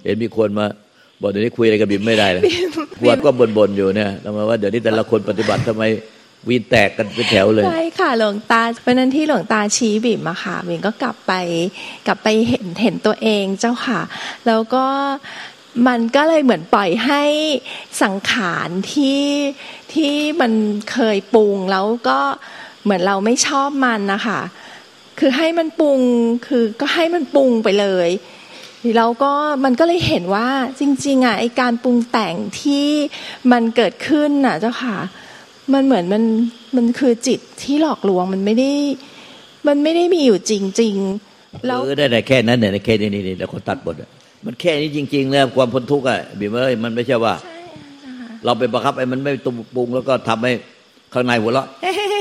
เห็นมีคนมาบอกเดี๋ยวนี้คุยอะไรกับบิ่มไม่ได้เลยวัดก็บ่นๆอยู่เนี่ยทำไมว่าเดี๋ยวนี้แต่ละคนปฏิบัติทำไมวีนแตกกันเป็นแถวเลยใช่ค่ะหลวงตาวันนั้นที่หลวงตาชี้บิ่มอะค่ะบิ่มก็กลับไปเห็นตัวเองเจ้าค่ะแล้วก็มันก็เลยเหมือนปล่อยให้สังขารที่มันเคยปรุงแล้วก็เหมือนเราไม่ชอบมันนะคะคือให้มันปรุงคือก็ให้มันปรุงไปเลยแล้วก็มันก็เลยเห็นว่าจริงๆอ่ะไอการปรุงแต่งที่มันเกิดขึ้นน่ะเจ้าค่ะมันเหมือนมันคือจิตที่หลอกลวงมันไม่ได้มีอยู่จริงๆแล้วได้แค่นั้นเนี่ยแค่นี้แล้วคนตัดบทมันแค่นี้จริงๆแล้วความพ้นทุกข์อ่ะบิ่มเอ้ยมันไม่ใช่ว่าเราไปบังคับไอ้มันไม่ตุ้มปรุงแล้วก็ทำให้ข้างในหัวเราะ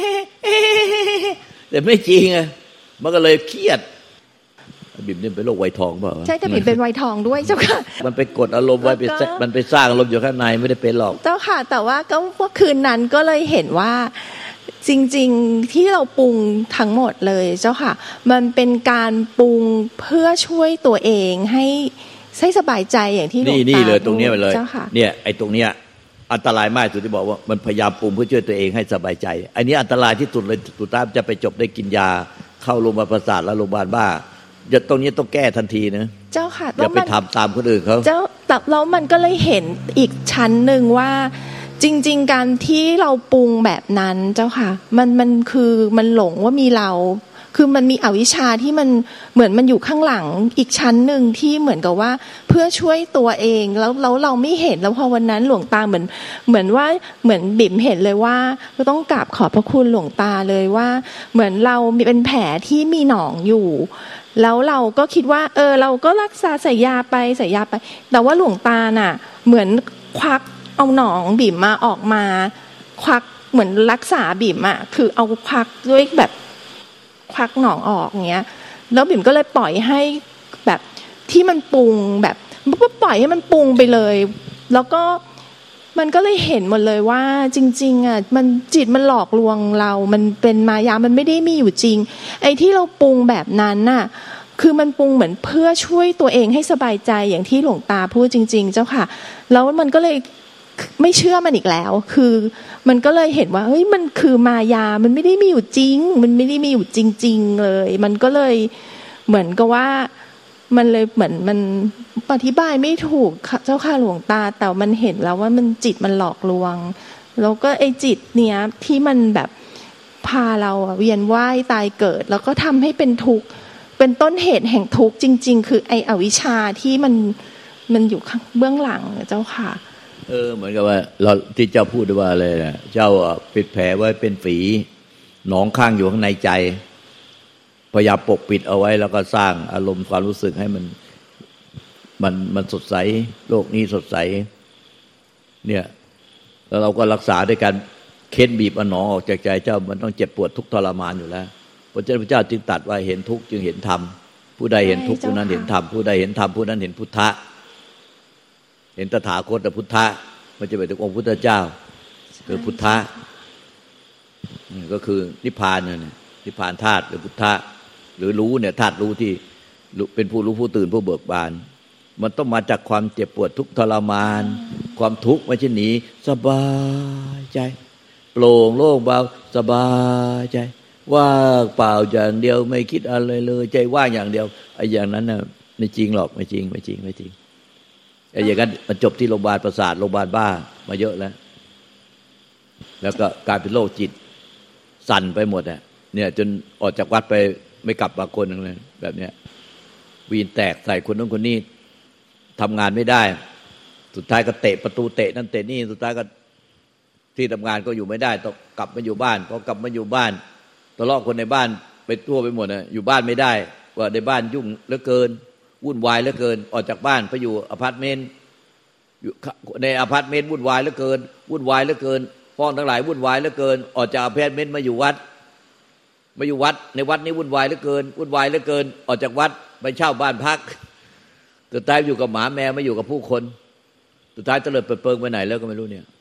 แต่ไม่จริงอ่ะมันก็เลยเครียดบิ่มเนี่ยเป็นโรคไวทองเปล่าใช่แต่บิ่มเป็นไวทองด้วยเจ้าค่ะมันไปกดอารมณ์ไว้มันไปสร้างอารมณ์อยู่ข้างในไม่ได้เป็นหรอกเจ้าค่ะแต่ว่าก็คืนนั้นก็เลยเห็นว่าจริงๆที่เราปรุงทั้งหมดเลยเจ้าค่ะมันเป็นการปรุงเพื่อช่วยตัวเองให้สบายใจอย่างที่หลวงตานี่เลยตรงนี้ไปเลยเจ้าค่ะเนี่ยไอ้ตรงเนี้ยอันตรายมากสุดที่บอกว่ามันพยายามปรุงเพื่อช่วยตัวเองให้สบายใจอันนี้อันตรายที่สุดเลยสุดท้ายจะไปจบได้กินยาเข้าโรงพยาบาลประสาทแล้วโรงพยาบาลบ้าตรงนี้ต้องแก้ทันทีนะเจ้าค่ะอย่าไปทำตามคนอื่นเขาเจ้าแต่แล้วมันก็เลยเห็นอีกชั้นหนึ่งว่าจริงๆการที่เราปรุงแบบนั้นเจ้าค่ะมันคือมันหลงว่ามีเราคือมันมีอวิชชาที่มันเหมือนมันอยู่ข้างหลังอีกชั้นหนึ่งที่เหมือนกับว่าเพื่อช่วยตัวเองแล้วเราไม่เห็นแล้วพอวันนั้นหลวงตาเหมือนว่าเหมือนบิ่มเห็นเลยว่าก็ต้องกราบขอบพระคุณหลวงตาเลยว่าเหมือนเรามีเป็นแผลที่มีหนองอยู่แล้วเราก็คิดว่าเราก็รักษาใส่ยาไปแต่ว่าหลวงตาน่ะเหมือนควักเอาหนองบิ่มมาออกมาควักเหมือนรักษาบิ่มอ่ะคือเอาควักด้วยแบบควักหนองออกเงี้ยแล้วบิ่มก็เลยปล่อยให้แบบที่มันปรุงแบบปล่อยให้มันปรุงไปเลยแล้วก็มันก็เลยเห็นหมดเลยว่าจริงๆอ่ะมันจิตมันหลอกลวงเรามันเป็นมายามันไม่ได้มีอยู่จริงไอ้ที่เราปรุงแบบนั้นน่ะคือมันปรุงเหมือนเพื่อช่วยตัวเองให้สบายใจอย่างที่หลวงตาพูดจริงๆเจ้าค่ะแล้วมันก็เลยไม่เชื่อมันอีกแล้วคือมันก็เลยเห็นว่าเฮ้ยมันคือมายามันไม่ได้มีอยู่จริงมันไม่ได้มีอยู่จริงๆเลยมันก็เลยเหมือนกับว่ามันเลยเหมือนมันอธิบายไม่ถูกเจ้าค่ะหลวงตาแต่มันเห็นแล้วว่ามันจิตมันหลอกลวงแล้วก็ไอ้จิตเนี้ยที่มันแบบพาเราเวียนว่ายตายเกิดแล้วก็ทำให้เป็นทุกข์เป็นต้นเหตุแห่งทุกข์จริงๆคือไอ้อวิชชาที่มันอยู่เบื้องหลังเจ้าค่ะเหมือนกับว่าเราที่เจ้าพูดว่าอะไรนะเจ้าปิดแผลไว้เป็นฝีหนองข้างอยู่ข้างในใจพยายามปกปิดเอาไว้แล้วก็สร้างอารมณ์ความรู้สึกให้มันสดใสโลกนี้สดใสเนี่ยแล้วเราก็รักษาด้วยการเค้นบีบเอาหนองออกจากใจเจ้ามันต้องเจ็บปวดทุกข์ทรมานอยู่แล้วพระเจ้าจึงตรัสว่าเห็นทุกข์จึงเห็นธรรมผู้ใดเห็นทุกข์ผู้นั้นเห็นธรรมผู้ใดเห็นธรรมผู้นั้นเห็นพุทธะเห็นตถาคตพุทธะมันจะไปถึงองค์พุทธเจ้าคือพุทธะก็คือนิพพานเนี่ยนิพพานธาตุหรือพุทธะหรือรู้เนี่ยธาตุรู้ที่เป็นผู้รู้ผู้ตื่นผู้เบิกบานมันต้องมาจากความเจ็บปวดทุกข์ทรมานความทุกข์ไม่ใช่หนีสบายใจโปร่งโล่งเบาสบายใจว่างเปล่าอย่างเดียวไม่คิดอะไรเลยใจว่างอย่างเดียวไอ้อย่างนั้นน่ะไม่จริงหรอกไม่จริงไอ้อย่างนั้นมันจบที่โรงพยาบาลประสาทโรงพยาบาลบ้ามาเยอะแล้วก็กลายเป็นโรคจิตสั่นไปหมดเนี่ยจนออกจากวัดไปไม่กลับมาคนนึงเลยแบบเนี้ยวีนแตกใส่คนนู้นคนนี้ทำงานไม่ได้สุดท้ายก็เตะประตูเตะนั่นเตะนี่สุดท้ายก็ที่ทำงานก็อยู่ไม่ได้ต้องกลับมาอยู่บ้านพอกลับมาอยู่บ้านทะเลาะคนในบ้านไปทั่วไปหมดอยู่บ้านไม่ได้ว่าในบ้านยุ่งเหลือเกินวุ่นวายเหลือเกินออกจากบ้านไปอยู่อพาร์ตเมนต์อยู่ในอพาร์ตเมนต์วุ่นวายเหลือเกินห้องทั้งหลายวุ่นวายเหลือเกินออกจากอพาร์ตเมนต์มาอยู่วัดในวัดนี้วุ่นวายเหลือเกินออกจากวัดไปเช่าบ้านพักสุดท้ายอยู่กับหมาแมวไม่อยู่กับผู้คนสุดท้ายเตลิดเปิดเปิงไปไหนแล้วก็ไม่รู้เนี่ย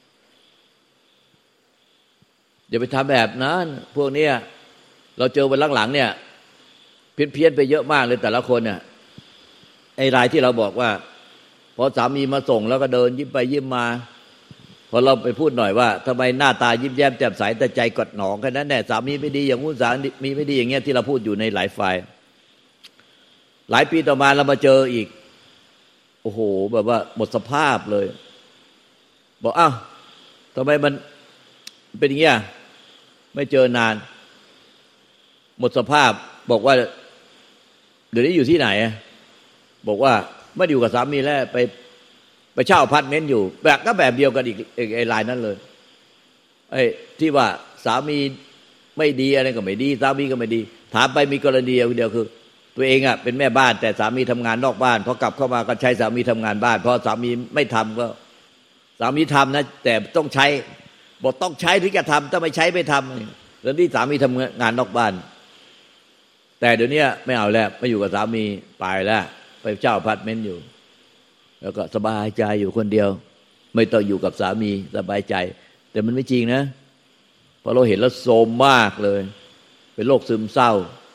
อย่าไปทำแบบนั้นพวกนี้เราเจอวันหลังๆเนี่ยเพี้ยนไปเยอะมากเลยแต่ละคนเนี่ยไอ้รายที่เราบอกว่าพอสามีมาส่งแล้วก็เดินยิ้มไปยิ้มมาพอเราไปพูดหน่อยว่าทำไมหน้าตายิ้มแย้มแจ่มใสแต่ใจกดหนองแค่นั้นแน่สามีไม่ดีอย่างงู้นสามีไม่ดีอย่างเงี้ยที่เราพูดอยู่ในหลายฝ่ายหลายปีต่อมาเรามาเจออีกโอ้โหแบบว่าหมดสภาพเลยบอกอ้าวทำไมมันเป็นอย่างเงี้ยไม่เจอนานหมดสภาพบอกว่าเดี๋ยวนี้อยู่ที่ไหนบอกว่าไม่อยู่กับสามีแล้วไปเช่าอพาร์ตเมนต์อยู่แบบก็แบบเดียวกันอีกไอ้รายนั้นเลยไอ้ที่ว่าสามีไม่ดีอะไรก็ไม่ดีสามีก็ไม่ดีถามไปมีกรณีเดียวคือตัวเองเป็นแม่บ้านแต่สามีทำงานนอกบ้านพอกลับเข้ามาก็ใช้สามีทำงานบ้านพอสามีไม่ทำก็สามีทำนะแต่ต้องใช้บอกต้องใช้ถึงจะทำถ้าไม่ใช้ไม่ทำแล้วที่สามีทำงานนอกบ้านแต่เดี๋ยวนี้ไม่เอาแล้วไม่อยู่กับสามีไปแล้วไปเช่าอพาร์ตเมนต์อยู่แล้วก็สบายใจอยู่คนเดียวไม่ต้องอยู่กับสามีสบายใจแต่มันไม่จริงนะเพราะเราเห็นแล้วโทรมมากเลยเป็นโรคซึมเศร้า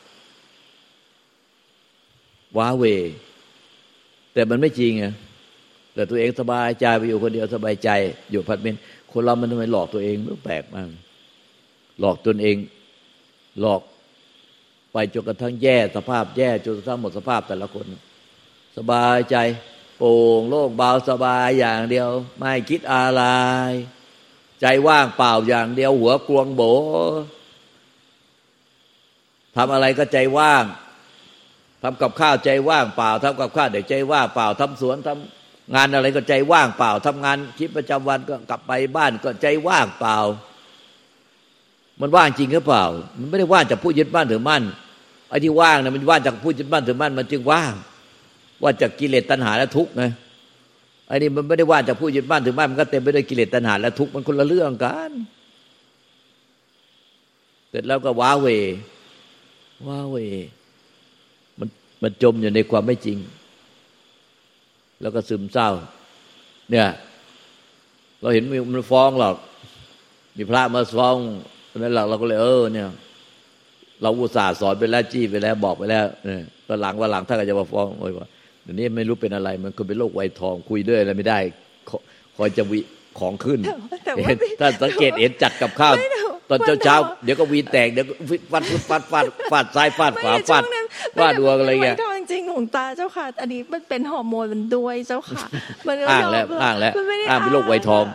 ว้าเหวแต่มันไม่จริงแต่ตัวเองสบายใจไปอยู่คนเดียวสบายใจอยู่อพาร์ตเมนต์คนเรามันทำไมหลอกตัวเองมันแปลกมากหลอกตนเองหลอกไปจนกระทั่งแย่สภาพแย่จนกระทั่งหมดสภาพแต่ละคนสบายใจโปร่งโล่งเบาสบายอย่างเดียวไม่คิดอะไรใจว่างเปล่าอย่างเดียวหัวกลวงโบทำอะไรก็ใจว่างทำกับข้าวใจว่างเปล่าทำกับข้าวเดี๋ยวใจว่างเปล่าทำสวนทำงานอะไรก็ใจว่างเปล่าทำงานชีวิตประจำวันก็กลับไปบ้านก็ใจว่างเปล่ามันว่างจริงหรือเปล่ามันไม่ได้ว่างจากผู้ยึดมั่นถือมั่นไอ้ที่ว่างนะมันว่างจากผู้ยึดมั่นถือมั่นมันจึงว่างว่าจากกิเลสตัณหาและทุกข์ไงไอ้นี่มันไม่ได้ว่างจากผู้ยึดมั่นถือมั่นมันก็เต็มไปด้วยกิเลสตัณหาและทุกข์มันคนละเรื่องกันเสร็จแล้วก็ว้าเหวมันจมอยู่ในความไม่จริงแล้วก็ซึมเศร้าเนี่ยเราเห็นมันฟ้องหรอกมีพระมาฟ้องนั้นเราก็เลยเนี่ยเราอุตส่าห์สอนไปแล้วจี้ไปแล้วบอกไปแล้วเนี่ยก็หลังถ้าจะมาฟ้องโอ้ยว่าเดี๋ยวนี้ไม่รู้เป็นอะไรมันคือเป็นโรคไวทองคุยด้วยอะไรไม่ได้คอยจะวิของขึ้นถ้าสังเกตเห็นจัดกับข้าวตอนเช้าเดี๋ยวก็วีแตกเดี๋ยวก็ฟาดซ้ายฟาดขวาฟาดดวงอะไรเงี้ยจริงๆหลวงตาเจ้าค่ะอันนี้มันเป็นฮอร์โมนมันด้วยเจ้าค่ะมันอ้างแล้วเป็นโรคไวทอง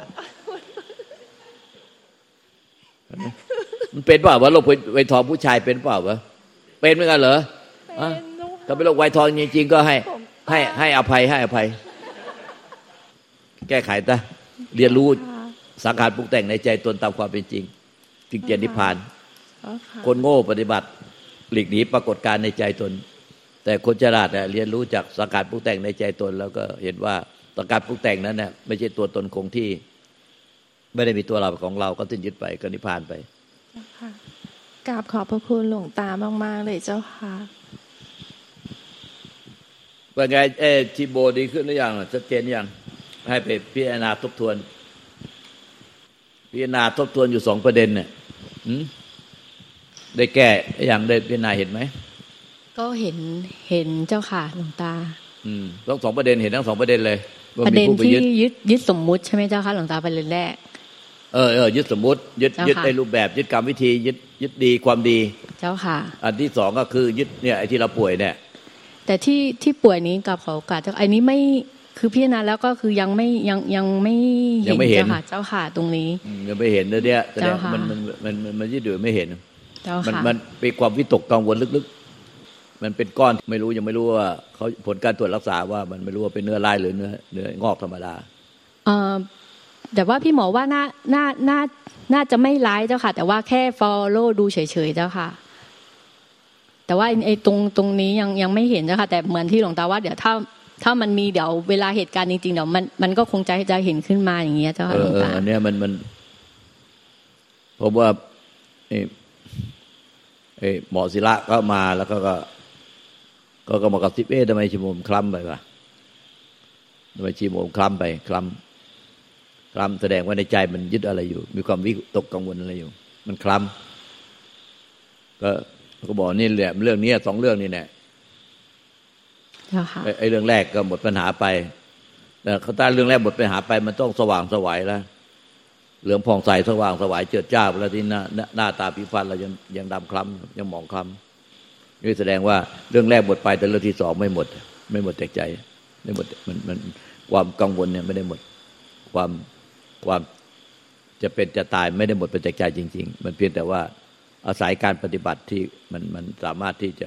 มันเป็นเปล่าวะโรคไวทองผู้ชายเป็นเปล่าวะเป็นเหมือนกันเหรอถ้าเป็นโรคไวทองจริงๆก็ให้อภัยแก้ไขซะเรียนรู้สังขารปรุงแต่งในใจตนตามความเป็นจริงจึงจะนิพพานคนโง่ปฏิบัติหลีกหนีปรากฏการณ์ในใจตนแต่คนฉลาดเรียนรู้จากสังขารปรุงแต่งในใจตนแล้วก็เห็นว่าสังขารปรุงแต่งนั้นน่ะไม่ใช่ตัวตนคงที่ไม่ได้มีตัวเราของเราก็สิ้นยึดไปก็นิพพานไปกราบขอบพระคุณหลวงตามากๆเลยเจ้าค่ะว่าไงทีโบดีขึ้นหรือยังชัดเจนยังให้ไปพิจารณาทบทวนอยู่2ประเด็นเนี่ยได้แก้อย่างได้พิจารณาเห็นไหมก็เห็นเจ้าค่ะหลวงตาทั้ง2ประเด็นเห็นทั้ง2ประเด็นเลยประเด็นที่ยึดสมมุติใช่ไหมเจ้าค่ะหลวงตาประเด็นแรกยึดสมมุติยึดในรูปแบบยึดกรรมวิธียึดดีความดีเจ้าค่ะอันที่2ก็คือยึดเนี่ยไอ้ที่เราป่วยเนี่ยแต่ที่ป่วยนี้กับขอโอกาสเจ้าอันนี้ไม่คือพิจารณาแล้วก็คือยังไม่เห็นเจ้าค่ะเจ้าค่ะตรงนี้ยังไม่เห็นเนี่ยแสดงมันยึดอยู่ไม่เห็นมันเป็นความวิตกกังวลลึกๆมันเป็นก้อนไม่รู้ยังไม่รู้ว่าเขาผลการตรวจรักษาว่ามันไม่รู้ว่าเป็นเนื้อลายหรือเนื้องอกธรรมดาแต่ว่าพี่หมอว่าน่าจะไม่ร้ายเจ้าค่ะแต่ว่าแค่ follow ดูเฉยๆเจ้าค่ะแต่ว่าไอ้ตรงนี้ยังไม่เห็นเจ้าค่ะแต่เหมือนที่หลวงตาว่าเดี๋ยวถ้ามันมีเดี๋ยวเวลาเหตุการณ์จริงๆเดี๋ยวมันก็คงจะเห็นขึ้นมาอย่างเงี้ยเจ้าค่ะหลวงตาอันเนี้ยมันผมว่าหมอศิระก็มาแล้วก็มากระซิบทำไมชีโมมคล้ำไปวะทำไมชีโมมคล้ำไปคล้ำแสดงว่าในใจมันยึดอะไรอยู่มีความวิตกกังวลอะไรอยู่มันคล้ำก็บอกนี่แหละเรื่องนี้2เรื่องนี่แหละไอ้เรื่องแรกก็หมดปัญหาไปแต่ถ้าเรื่องแรกหมดไปหาไปมันต้องสว่างสวัยแล้วเหลืองผ่องใสสว่างสวายเจิดจ้าแล้วที่หน้าตาผิวพรรณเรายังดำคล้ำยังหมองคล้ำนี่แสดงว่าเรื่องแรกหมดไปแต่เรื่องที่สองไม่หมดจากใจไม่หมดมันความกังวลเนี่ยไม่ได้หมดความจะเป็นจะตายไม่ได้หมดไปจากใจจริงๆมันเพียงแต่ว่าอาศัยการปฏิบัติที่มันสามารถที่จะ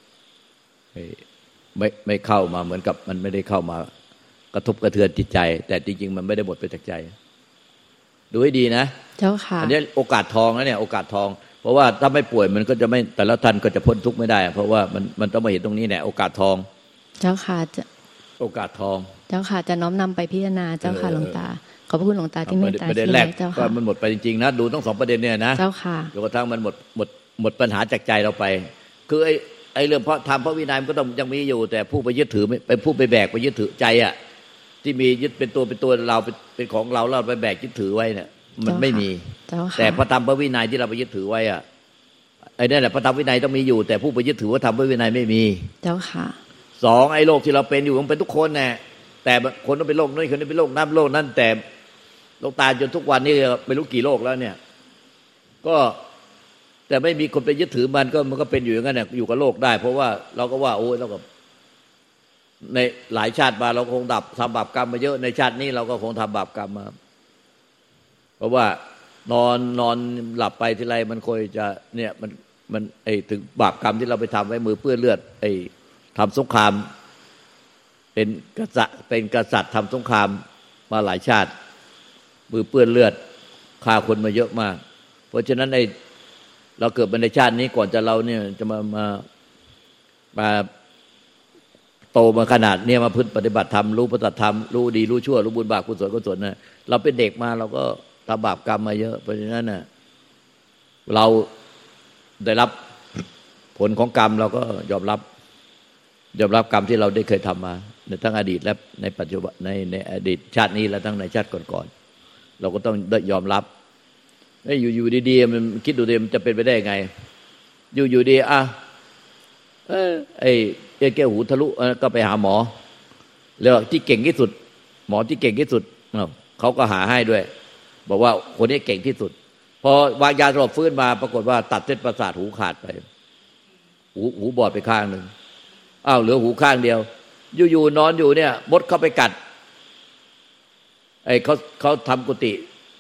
ไม่เข้ามาเหมือนกับมันไม่ได้เข้ามากระทบกระเทือนจิตใจแต่จริงๆมันไม่ได้หมดไปจากใจดูให้ดีนะเจ้าค่ะอันนี้โอกาสทองนะเนี่ยโอกาสทองเพราะว่าถ้าไม่ป่วยมันก็จะไม่แต่ละท่านก็จะพ้นทุกข์ไม่ได้เพราะว่ามันต้องมาเห็นตรงนี้เนี่ยโอกาสทองเจ้าค่ะโอกาสทองเจ้าค่ะจะน้อมนำไปพิจารณาเจ้าค่ะหลวงตาขอบพระคุณหลวงตาที่เมตตาชี้แนะเจ้าค่ะมันหมดไปจริงๆนะดูทั้งสองประเด็นเนี่ยนะเจ้าค่ะจนกระทั่งมันหมดปัญหาจากใจเราไปคือไอ้เรื่องเพราะทำเพราะวินัยมันก็ต้องยังมีอยู่แต่ผู้ไปยึดถือเป็นผู้ไปแบกไปยึดถือใจอ่ะที่มียึดเป็นตัวเราเป็นของเราไปแบกยึดถือไว้เนี่ยมันไม่มีแต่พระธรรมพระวินัยที่เราไปยึดถือไว้อ่ะไอ้นั่นแหละพระธรรมวินัยต้องมีอยู่แต่ผู้ไปยึดถือว่าธรรมพระวินัยไม่มีเจ้าค่ะสองไอ้โรคที่เราเป็นอยู่มันเป็นทุกคนแน่แต่คนต้องเป็นโรคนู้นคนนี้เป็นโรคนั้นโรคนั้นแต่โรคตายจนทุกวันนี้ไม่รู้กี่โรคแล้วเนี่ยก็แต่ไม่มีคนไปยึดถือมันก็เป็นอยู่อย่างนั้นเนี่ยอยู่กับโรคได้เพราะว่าเราก็ว่าโอ้ยเราก็ในหลายชาติมาเราคงทำบาปกรรมมาเยอะในชาตินี้เราก็คงทำบาปกรรมมาเพราะว่านอนหลับไปทีไรมันคอยจะเนี่ยมันถึงบาปกรรมที่เราไปทำไว้มือเปื้อนเลือดทำสงครามเป็นกษัตริย์ทำสงครามมาหลายชาติมือเปื้อนเลือดฆ่าคนมาเยอะมากเพราะฉะนั้นเราเกิดมาในชาตินี้ก่อนจะเราเนี่ยจะมาโตมาขนาดเนี่ยมาพึ่งปฏิบัติธรรมรู้ปฏิบัติธรรมรู้ดีรู้ชั่วรู้บุญบาปกุศลนะเราเป็นเด็กมาเราก็ทำบาปกรรมมาเยอะเพราะฉะนั้นน่ะเราได้รับผลของกรรมเราก็ยอมรับกรรมที่เราได้เคยทำมาในทั้งอดีตและในปัจจุบันในอดีตชาตินี้และทั้งในชาติก่อนๆเราก็ต้องได้ยอมรับอยู่ดีๆมันคิดดูดิมันจะเป็นไปได้ไงอยู่ดีไอ้แก้วหูทะลุก็ไปหาหมอแล้วที่เก่งที่สุดหมอที่เก่งที่สุดเขาก็หาให้ด้วยบอกว่าคนนี้เก่งที่สุดพอวางยาสลบฟื้นมาปรากฏว่าตัดเส้นประสาทหูขาดไปหูบอดไปข้างนึงเหลือหูข้างเดียวอยู่นอนอยู่เนี่ยมดเข้าไปกัดเขาทำกุฏิ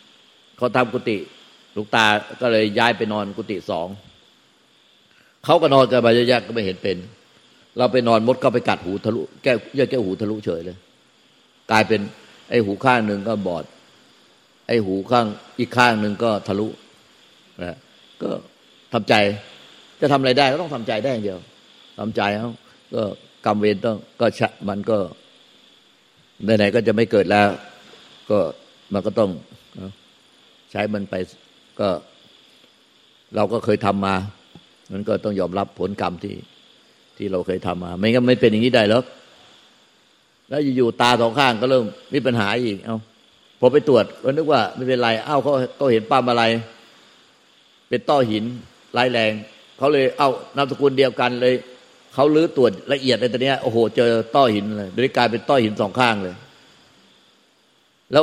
หลวงตาก็เลยย้ายไปนอนกุฏิ2เขาก็นอนกันมาเยอะๆก็ไม่เห็นเป็นเราไปนอนมดเข้าไปกัดหูทะลุแก้วหูทะลุเฉยเลยกลายเป็นไอ้หูข้างนึงก็บอดไอ้หูข้างอีกข้างนึงก็ทะลุนะก็ทำใจจะทำอะไรได้ก็ต้องทำใจได้อย่างเดียวทำใจเขาก็กรรมเวรต้องก็มันก็ไหนๆก็จะไม่เกิดแล้วก็มันก็ต้องใช้มันไปก็เราก็เคยทำมามันก็ต้องยอมรับผลกรรมที่เราเคยทำมาไม่งั้นไม่เป็นอย่างนี้ได้หรอกแล้วอยู่ๆตา2ข้างก็เริ่มมีปัญหาอีกพอไปตรวจก็นึกว่าไม่เป็นไรเขาเห็นปั๊มอะไรเป็นต้อหินร้ายแรงเขาเลยนามสกุลเดียวกันเลยเขาลื้อตรวจละเอียดในตัวเนี้ยโอ้โหเจอต้อหินเลยโดยกลายเป็นต้อหิน2ข้างเลยแล้ว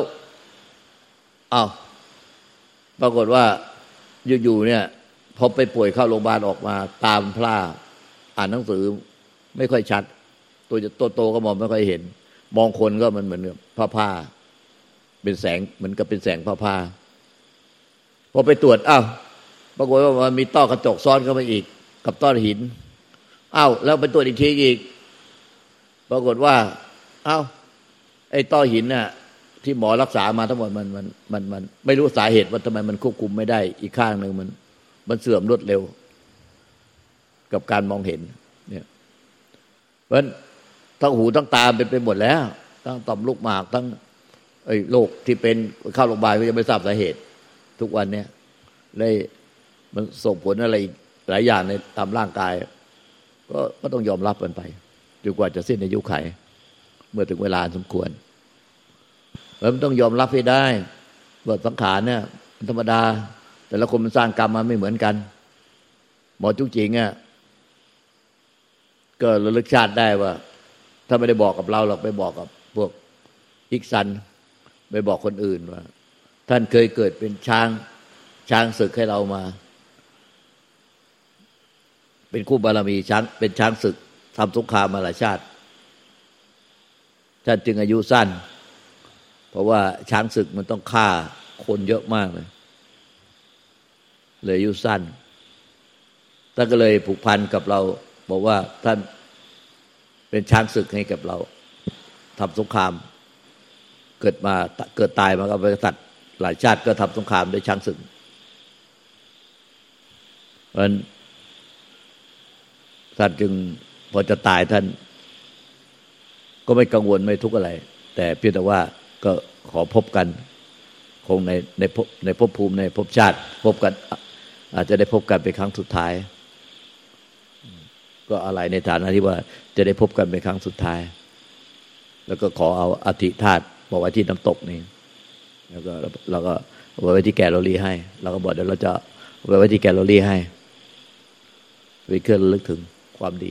ปรากฏว่าอยู่ๆเนี่ยพอไปป่วยเข้าโรงพยาบาลออกมาตามพร่าอ่านหนังสือไม่ค่อยชัดตัวโตก็มองไม่ค่อยเห็นมองคนก็มันเหมือนกับผ้าเป็นแสงเหมือนกับเป็นแสงผ้าพอไปตรวจปรากฏว่ามันมีต้อกระจกซ้อนเข้ามาอีกกับต้อหินแล้วไปตรวจอีกทีอีกปรากฏว่าไอ้ต้อหินน่ะที่หมอรักษามาทั้งหมดมันไม่รู้สาเหตุว่าทำไมมันควบคุมไม่ได้อีกข้างนึงมันเสื่อมรวดเร็วกับการมองเห็นเนี่ยเพราะฉะนั้นทั้งหูทั้งตาเป็นไปหมดแล้วทั้งต่อมลูกหมากทั้งโรคที่เป็นเข้าโรงพยาบาลก็ยังไม่ทราบสาเหตุทุกวันเนี้ยเลยมันส่งผลอะไรหลายอย่างในตามร่างกายก็ต้องยอมรับมันไปจนกว่าจะสิ้นอายุขัยเมื่อถึงเวลาสมควรแล้วมันต้องยอมรับให้ได้ว่าสังขารเนี่ยธรรมดาแต่ละคนมันสร้างกรรมมาไม่เหมือนกันหมอจุ๊กจิงก็ระลึกชาติได้ว่าถ้าไม่ได้บอกกับเราหรอกไปบอกกับพวกอิกซันไปบอกคนอื่นว่าท่านเคยเกิดเป็นช้างศึกให้เรามาเป็นคู่บารมีช้างเป็นช้างศึกทำสงครามมาหลายชาติท่านจึงอายุสั้นเพราะว่าช้างศึกมันต้องฆ่าคนเยอะมากเลยอายุสั้นท่านก็เลยผูกพันกับเราบอกว่าท่านเป็นช้างศึกให้กับเราทำสงครามเกิดตายมาก็เป็นกษัตริย์หลายชาติก็ทำสงครามด้วยช้างศึกเพราะฉะนั้นท่านจึงพอจะตายท่านก็ไม่กังวลไม่ทุกข์อะไรแต่เพียงแต่ว่าก็ขอพบกันคงในภพภูมิในภพชาติพบกันอาจจะได้พบกันเป็นครั้งสุดท้ายก็อะไรในฐานะที่ว่าจะได้พบกันเป็นครั้งสุดท้ายแล้วก็ขอเอาอธิธาตุบอกไว้ที่น้ำตกนี่แล้วก็เราก็ไว้ที่แกลเลอรี่ให้เราก็บอกเดี๋ยวเราจะไว้ที่แกลเลอรี่ให้เป็นเครื่องระลึกถึงความดี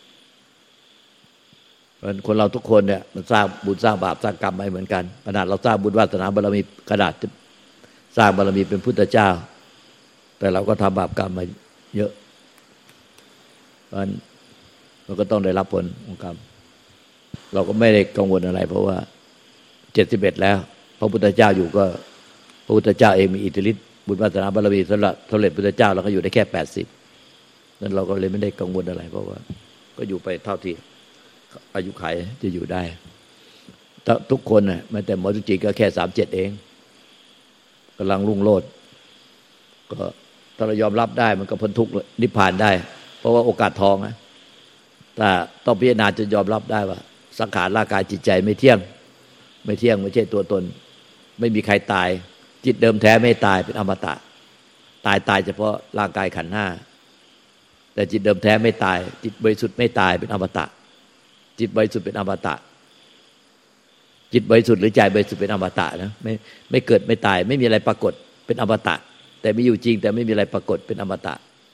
เพราะคนเราทุกคนเนี่ยมันสร้างบุญสร้างบาปสร้างกรรมไม่เหมือนกันขนาดเราสร้างบุญวาสนาบารมีขนาดสร้างบารมีเป็นพุทธเจ้าแต่เราก็ทำบาปกรรมมาเยอะเพราะฉะนั้นเราก็ต้องได้รับผลของกรรมเราก็ไม่ได้กังวลอะไรเพราะว่า71แล้วพระพุทธเจ้าอยู่ก็พระพุทธเจ้าเองมีอิทธิฤทธิ์บุญวาสนาบารมีสำเร็จพุทธเจ้าเราก็อยู่ได้แค่80นั้นเราก็เลยไม่ได้กังวลอะไรเพราะว่าก็อยู่ไปเท่าที่อายุขัยจะอยู่ได้ทุกคนน่ะแม้แต่หมอจุจิก็แค่37เองกำลังรุ่งโรจน์ก็ถ้าเรายอมรับได้มันก็พ้นทุกข์นิพพานได้เพราะว่าโอกาสทองนะแต่ต้องพิจารณาจนยอมรับได้ว่าสังขารร่างกายจิตใจไม่เที่ยงไม่ใช่ตัวตนไม่มีใครตายจิตเดิมแท้ไม่ตายเป็นอมตะตายเฉพาะร่างกายขันธ์5แต่จิตเดิมแท้ไม่ตายจิตบริสุทธิ์ไม่ตายเป็นอมตะจิตบริสุทธิ์เป็นอมตะจิตบริสุทธิ์หรือใจบริสุทธิ์เป็นอมตะนะไม่เกิดไม่ตายไม่มีอะไรปรากฏเป็นอมตะแต่มีอยู่จริงแต่ไม่มีอะไรปรากฏเป็นอมตะ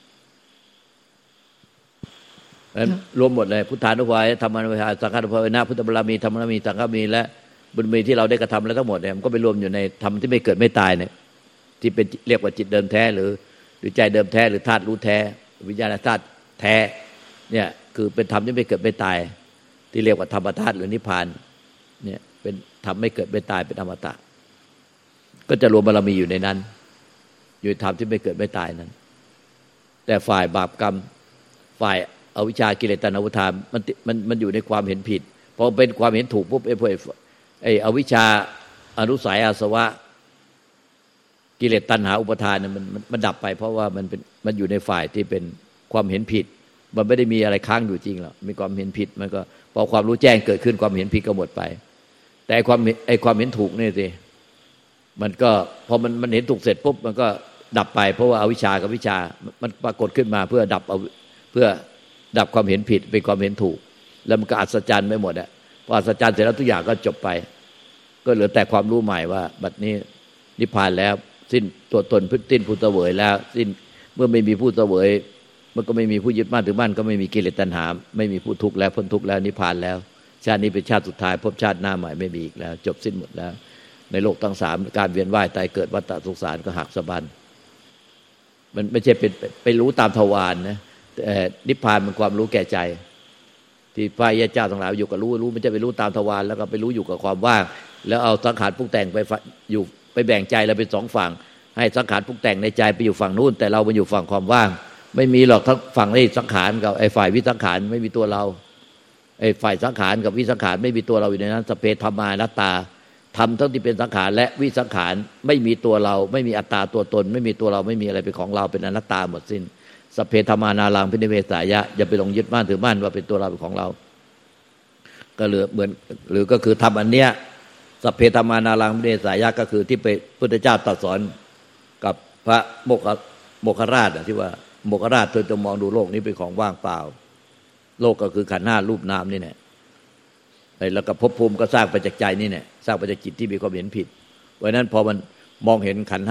รวมหมดเลยพุทธานุภาเวนะธรรมานุภาเวนะสังฆานุภาเวนะพุทธบารมีธรรมบารมีสังฆบารมีและบุญบารมีที่เราได้กระทำแล้วทั้งหมดเนี่ยมันก็ไปรวมอยู่ในธรรมที่ไม่เกิดไม่ตายเนี่ยที่เป็นเรียกว่าจิตเดิมแท้หรือใจเดิมแท้หรือธาตุรู้แท้วิญญาณธาตุแท้เนี่ยคือเป็นธรรมที่ไม่เกิดไม่ตายที่เรียกว่าธรรมธาตุหรือนิพพานเนี่ยเป็นธรรมไม่เกิดไม่ตายเป็นอมตะก็จะรวมบารมีอยู่ในนั้นอยู่ในธรรมที่ไม่เกิดไม่ตายนั้นแต่ฝ่ายบาปกรรมฝ่ายอวิชชากิเลสตัณหาอุปาทานมันอยู่ในความเห็นผิดพอเป็นความเห็นถูกปุ๊บไอ้อวิชชาอนุสัยอาสวะกิเลสตัณหาอุปาทานมันดับไปเพราะว่ามันอยู่ในฝ่ายที่เป็นความเห็นผิดมันไม่ได้มีอะไรค้างอยู่จริงหรอกมีความเห็นผิดมันก็พอความรู้แจ้งเกิดขึ้นความเห็นผิดก็หมดไปแต่ความเห็นถูกนี่สิมันก็พอมันเห็นถูกเสร็จปุ๊บมันก็ดับไปเพราะว่าอวิชชากับวิชามันปรากฏขึ้นมาเพื่อดับความเห็นผิดเป็นความเห็นถูกแล้วมันก็อัศจรรย์ไปหมดอ่ะพออัศจรรย์เสร็จแล้วทุกอย่างก็จบไปก็เหลือแต่ความรู้ใหม่ว่าบัดนี้นิพพานแล้วสิ้นตัวตนสิ้นผู้เสวยแล้วสิ้นเมื่อไม่มีผู้เสวยมันก็ไม่มีผู้ยึดมั่นถือมั่นก็ไม่มีกิเลสตัณหาไม่มีผู้ทุกข์แล้วพ้นทุกข์แล้วนิพพานแล้วชาตินี้เป็นชาติสุดท้ายพบชาติหน้าใหม่ไม่มีอีกแล้วจบสิ้นหมดแล้วในโลกทั้ง3การเวียนว่ายตายเกิดวัฏสงสารก็หักสะบั้นมันไม่ใช่ไปรู้ตามทวารนะแต่นิพพานมันความรู้แก่ใจที่พระยาเจ้าทั้งหลายอยู่กับรู้ไม่ใช่ไปรู้ตามทวารแล้วก็ไปรู้อยู่กับความว่างแล้วเอาสังขารปรุงแต่งไปแบ่งใจเราเป็น2ฝั่งให้สังขารปรุงแต่งในใจไปอยู่ฝั่งนู้นแต่เราไปอยู่ฝั่งความว่างไม่มีหรอกทั้งฝั่งนี้สังขารกับไอ้ฝ่ายวิสังขารไม่มีตัวเราไอ้ฝ่ายสังขารกับวิสังขารไม่มีตัวเราอยู่ในนั้นสเพธัมมานัตตาธรรมทั้งที่เป็นสังขารและวิสังขารไม่มีตัวเราไม่มีอัตตาตัวตนไม่มีตัวเราไม่มีอะไรเป็นของเราเป็นอนัตตาหมดสิ้นสเพธัมมานารังพินิเวสายะอย่าไปหลงยึดมั่นถือมั่นว่าเป็นตัวเราเป็นของเราก็เหลือเหมือนหรือก็คือทำอันเนี้ยสเพธัมมานารังพินิเวสายะก็คือที่พุทธเจ้าตรัสสอนกับพระโมคคราชที่ว่าโมคคราชเธอจะมองดูโลกนี้เป็นของว่างเปล่าโลกก็คือขันธ์5รูปนามนี่แหละแล้วก็ภพภูมิก็สร้างไปจากใจนี่แหละสร้างไปจากจิตที่มีความเห็นผิดเพราะนั้นพอมันมองเห็นขันธ์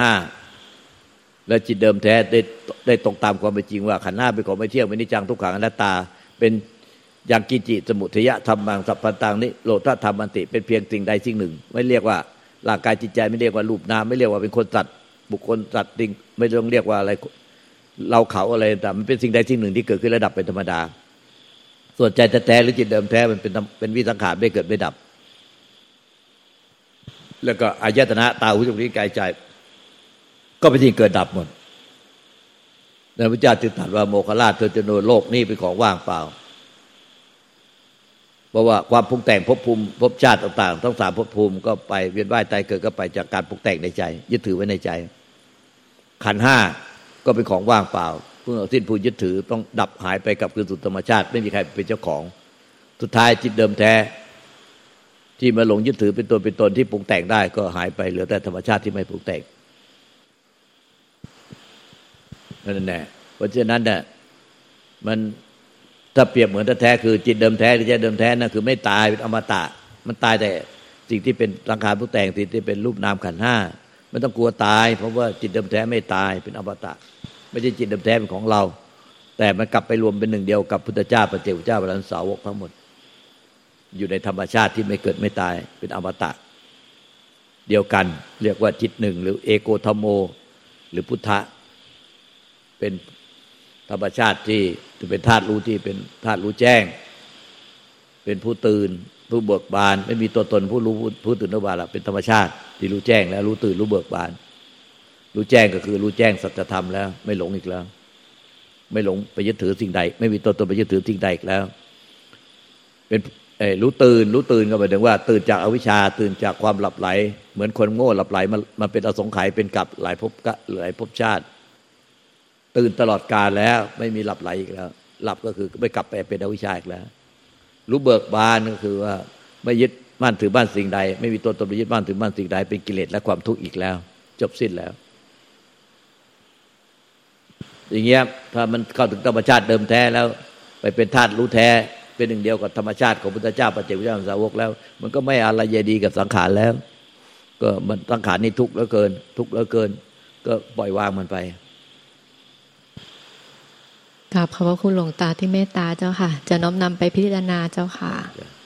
5และจิตเดิมแท้ได้ตรงตามความเป็นจริงว่าขันธ์5เป็นของไม่เที่ยงเป็นนิจจังทุกขังอนัตตาเป็นอย่างกิจิสมุทยะธรรมังสัพพันตังนิโรธธรรมันติเป็นเพียงสิ่งใดสิ่งหนึ่งไม่เรียกว่าร่างกายจิตใจไม่เรียกว่ารูปนามไม่เรียกว่าเป็นคนสัตว์บุคคลสัตว์สิ่งไม่ต้องเรียกว่าอะไรเราเขาอะไรแต่มันเป็นสิ่งใดสิ่งหนึ่งที่เกิดขึ้นระดับเป็นธรรมดาส่วนใจแท้ๆหรือจิตเดิมแท้มันเป็นวิสังขารไม่เกิดไม่ดับแล้วก็อายตนะตาหูจมูกลิ้นกายใจก็เป็นสิ่งเกิดดับหมดพระพุทธเจ้าจึงตรัสว่าโมคคัลลาเธอจะโนโลกนี้เป็นของว่างเปล่าเพราะว่าความปรุงแต่งภพภูมิภพชาติต่างๆทั้ง3ภพภูมิก็ไปเวียนว่ายตายเกิดก็ไปจากการปรุงแต่งในใจยึดถือไว้ในใจขันธ์5ก็เป็นของว่างเปล่าเมื่อสิ้นผู้ยึดถือต้องดับหายไปกับคืนสู่ธรรมชาติไม่มีใครเป็นเจ้าของสุดท้ายจิตเดิมแท้ที่มาหลงยึดถือเป็นตัวเป็นตนที่ปรุงแต่งได้ก็หายไปเหลือแต่ธรรมชาติที่ไม่ปรุงแต่งนั่นแหละเพราะฉะนั้นเนี่ยมันถ้าเปรียบเหมือนแท้ๆคือจิตเดิมแท้ที่ใจเดิมแท้นั่นคือไม่ตายเป็นอมตะมันตายแต่สิ่งที่เป็นสังขารปรุงแต่งสิ่งที่เป็นรูปนามขันธ์5ไม่ต้องกลัวตายเพราะว่าจิตเดิมแท้ไม่ตายเป็นอมตะไม่ใช่จิตเดิมแท้เป็นของเราแต่มันกลับไปรวมเป็นหนึ่งเดียวกับพุทธเจ้าพระเจ้าเจ้าพระอรหันตสาวกทั้งหมดอยู่ในธรรมชาติที่ไม่เกิดไม่ตายเป็นอมตะเดียวกันเรียกว่าจิตหนึ่งหรือเอโกธัมโมหรือพุทธะเป็นธรรมชาติที่เป็นธาตุรู้ที่เป็นธาตุรู้แจ้งเป็นผู้ตื่นผู้เบิกบานไม่มีตัวตนผู้รู้ผู้ตื่นรู้บานละเป็นธรรมชาติที่รู้แจ้งแล้วรู้ตื่นรู้เบิกบานรู้แจ้งก็คือรู้แจ้งสัจธรรมแล้วไม่หลงอีกแล้วไม่หลงไปยึดถือสิ่งใดไม่มีตัวตนไปยึดถือสิ่งใดอีกแล้วเป็นรู้ตื่นก็หมายถึงว่าตื่นจากอวิชชาตื่นจากความหลับไหลเหมือนคนโง่หลับไหลมันเป็นอสงไขยเป็นกับหลายภพชาติตื่นตลอดกาลแล้วไม่มีหลับไหลอีกแล้วหลับก็คือไม่กลับไปเป็นอวิชชาอีกแล้วรู้เบิกบานก็คือว่าไม่ยึดมั่นถือมั่นสิ่งใดไม่มีตัวตนไปยึดมั่นถือมั่นสิ่งใดเป็นกิเลสและความทุกข์อีกแล้วจบสิ้นแล้วอย่างเงี้ยถ้ามันเข้าถึงธรรมชาติเดิมแท้แล้วไปเป็นธาตุรู้แท้เป็นหนึ่งเดียวกับธรรมชาติของพุทธเจ้าปัจเจกพุทธเจ้าสาวกแล้วมันก็ไม่อะไรเยดีกับสังขารแล้วก็มันสังขารนี่ทุกข์เหลือเกินทุกข์เหลือเกินก็ปล่อยวางมันไปกราบขอบพระคุณหลวงตาที่เมตตาเจ้าค่ะจะน้อมนำไปพิจารณาเจ้าค่ะ